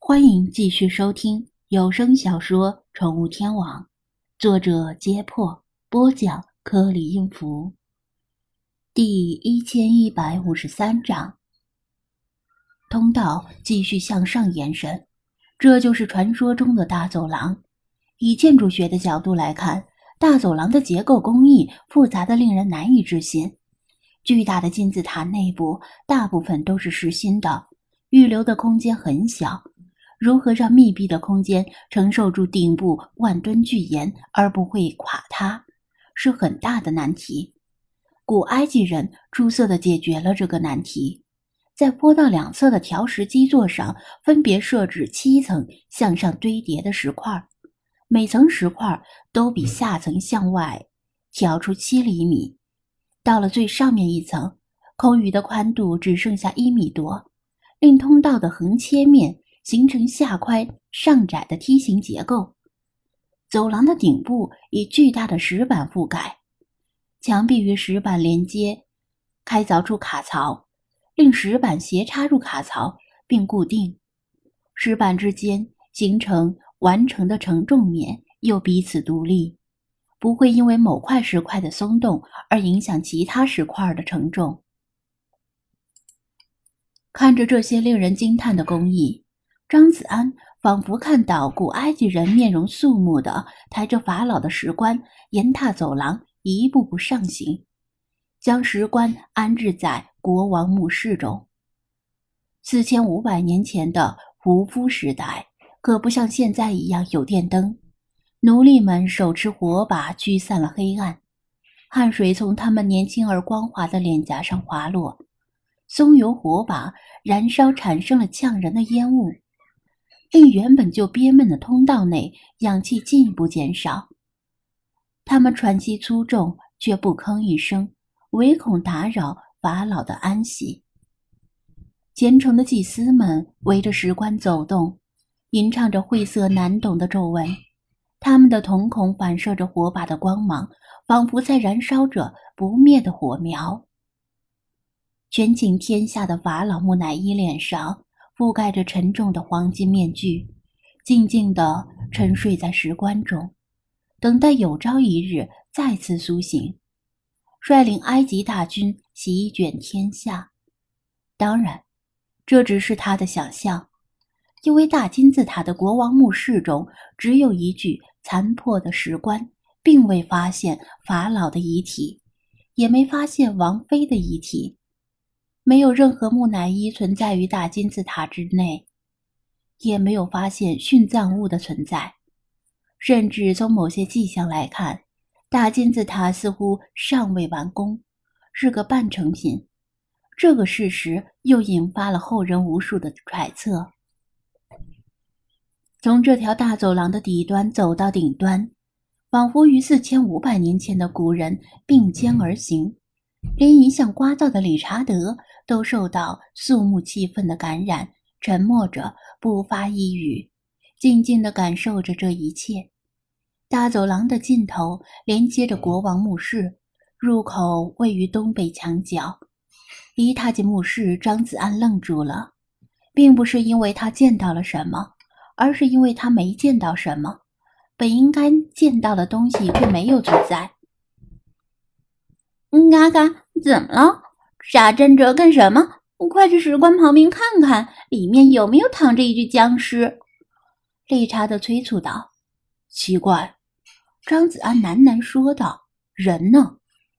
欢迎继续收听有声小说《宠物天王》，作者揭破，播讲颗粒音符。第1153章。通道继续向上延伸，这就是传说中的大走廊。以建筑学的角度来看，大走廊的结构工艺复杂的令人难以置信。巨大的金字塔内部大部分都是实心的，预留的空间很小。如何让密闭的空间承受住顶部万吨巨岩而不会垮塌，是很大的难题。古埃及人出色地解决了这个难题，在坡道两侧的条石基座上分别设置7层向上堆叠的石块，每层石块都比下层向外挑出7厘米。到了最上面一层，空余的宽度只剩下1米多，令通道的横切面形成下宽上窄的梯形结构。走廊的顶部以巨大的石板覆盖，墙壁与石板连接，开凿出卡槽，令石板斜插入卡槽并固定。石板之间形成完成的承重面，又彼此独立，不会因为某块石块的松动而影响其他石块的承重。看着这些令人惊叹的工艺，张子安仿佛看到古埃及人面容肃穆地抬着法老的石棺，沿踏走廊一步步上行，将石棺安置在国王墓室中。4500年前的胡夫时代可不像现在一样有电灯，奴隶们手持火把驱散了黑暗，汗水从他们年轻而光滑的脸颊上滑落，松油火把燃烧产生了呛人的烟雾，令原本就憋闷的通道内氧气进一步减少。他们喘息粗重，却不吭一声，唯恐打扰法老的安息。虔诚的祭司们围着石棺走动，吟唱着晦涩难懂的咒文，他们的瞳孔反射着火把的光芒，仿佛在燃烧着不灭的火苗。权倾天下的法老木乃伊脸上覆盖着沉重的黄金面具，静静地沉睡在石棺中，等待有朝一日再次苏醒，率领埃及大军席卷天下。当然，这只是他的想象，因为大金字塔的国王墓室中只有一具残破的石棺，并未发现法老的遗体，也没发现王妃的遗体。没有任何木乃伊存在于大金字塔之内，也没有发现殉葬物的存在，甚至从某些迹象来看，大金字塔似乎尚未完工，是个半成品。这个事实又引发了后人无数的揣测。从这条大走廊的底端走到顶端，仿佛与4500年前的古人并肩而行，连一向聒噪的理查德都受到肃穆气氛的感染，沉默着不发一语，静静地感受着这一切。大走廊的尽头连接着国王墓室，入口位于东北墙角。一踏进墓室，张子安愣住了，并不是因为他见到了什么，而是因为他没见到什么，本应该见到的东西却没有存在。 嘎嘎，怎么了？傻站着干什么？快去石棺旁边看看，里面有没有躺着一具僵尸。 理查德催促道。奇怪，张子安喃喃说道，人呢？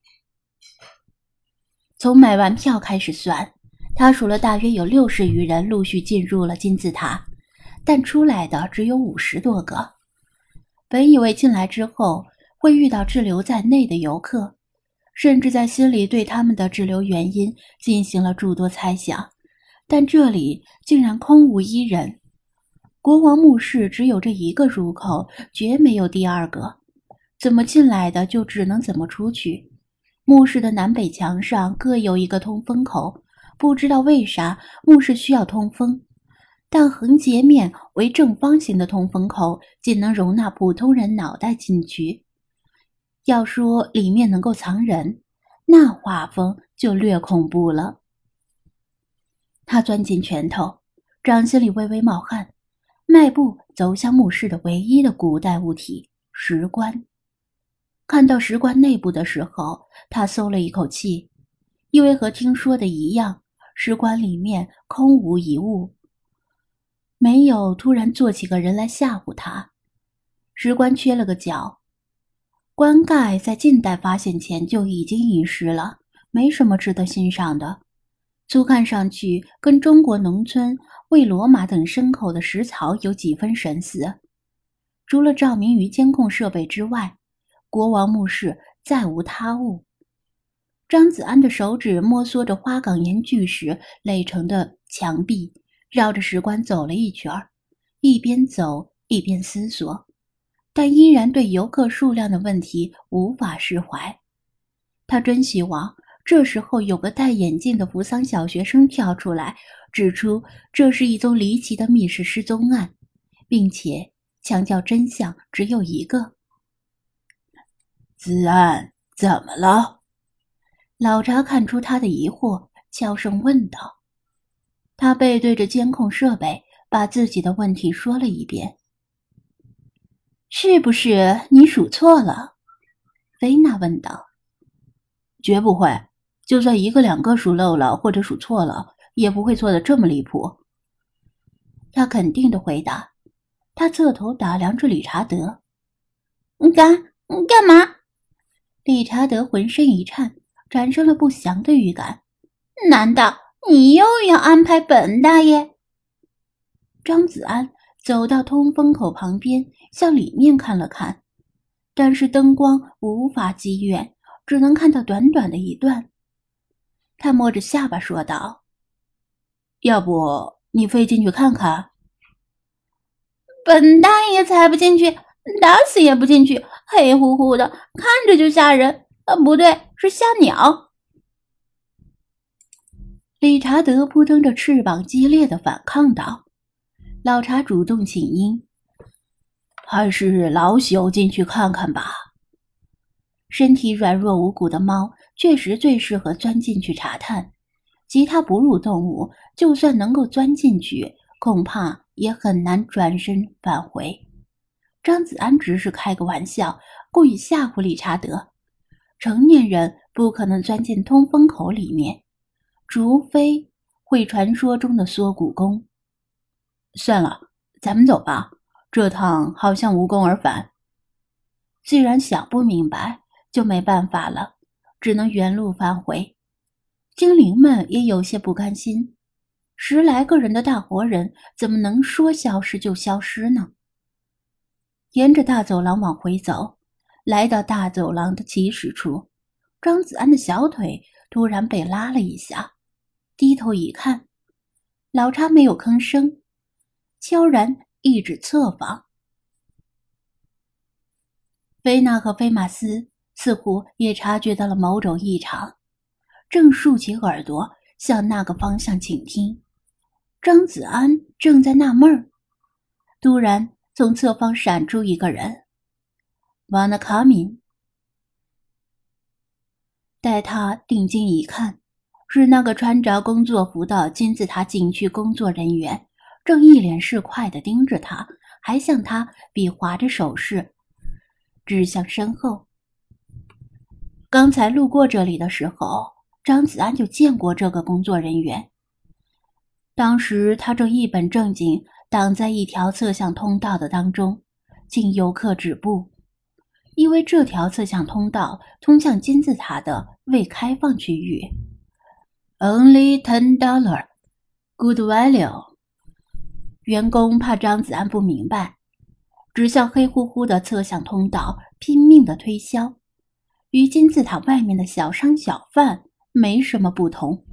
从买完票开始算，他数了大约有60余人陆续进入了金字塔，但出来的只有50多个。本以为进来之后会遇到滞留在内的游客，甚至在心里对他们的滞留原因进行了诸多猜想，但这里竟然空无一人。国王墓室只有这一个入口，绝没有第二个，怎么进来的就只能怎么出去。墓室的南北墙上各有一个通风口，不知道为啥墓室需要通风，但横截面为正方形的通风口仅能容纳普通人脑袋进去。要说里面能够藏人，那画风就略恐怖了。他攥紧拳头，掌心里微微冒汗， 迈步走向墓室的唯一的古代物体——石棺。看到石棺内部的时候，他松了一口气，因为和听说的一样，石棺里面空无一物，没有突然坐起个人来吓唬他。石棺缺了个角，棺盖在近代发现前就已经遗失了，没什么值得欣赏的。粗看上去跟中国农村喂骡马等牲口的食槽有几分神似。除了照明与监控设备之外，国王墓室再无他物。张子安的手指摸索着花岗岩巨石垒成的墙壁，绕着石棺走了一圈，一边走一边思索，但依然对游客数量的问题无法释怀。他真希望这时候有个戴眼镜的扶桑小学生跳出来，指出这是一宗离奇的密室失踪案，并且强调真相只有一个。 子安，怎么了？ 老查看出他的疑惑，悄声问道。他背对着监控设备，把自己的问题说了一遍。是不是你数错了？菲娜问道。 绝不会，就算一个两个数漏了或者数错了，也不会错得这么离谱。 他肯定地回答。他侧头打量着理查德。 干嘛？ 理查德浑身一颤，产生了不祥的预感。 难道你又要安排本大爷？ 张子安走到通风口旁边，向里面看了看，但是灯光无法及远，只能看到短短的一段。他摸着下巴说道： 要不你飞进去看看？ 本大爷才不进去，打死也不进去，黑乎乎的，看着就吓人。不对，是吓鸟。 理查德扑腾着翅膀，激烈的反抗道。老查主动请缨： 还是老朽进去看看吧。 身体软弱无骨的猫确实最适合钻进去查探，其他哺乳动物就算能够钻进去，恐怕也很难转身返回。张子安只是开个玩笑，故意吓唬理查德。成年人不可能钻进通风口里面，除非会传说中的缩骨功。 算了，咱们走吧，这趟好像无功而返。 既然想不明白，就没办法了，只能原路返回。精灵们也有些不甘心，10来个人的大活人怎么能说消失就消失呢？沿着大走廊往回走，来到大走廊的起始处，张子安的小腿突然被拉了一下，低头一看，老查没有吭声，悄然一指侧方。菲娜和菲马斯似乎也察觉到了某种异常，正竖起耳朵向那个方向倾听。张子安正在纳闷儿，突然从侧方闪出一个人。瓦纳卡敏。待他定睛一看，是那个穿着工作服的金字塔景区工作人员，正一脸市侩地盯着他，还向他比划着手势，指向身后。刚才路过这里的时候，张子安就见过这个工作人员。当时他正一本正经挡在一条侧向通道的当中，请游客止步，因为这条侧向通道通向金字塔的未开放区域。Only $10, good value。员工怕张子安不明白，指向黑乎乎的侧向通道，拼命地推销，与金字塔外面的小商小贩没什么不同。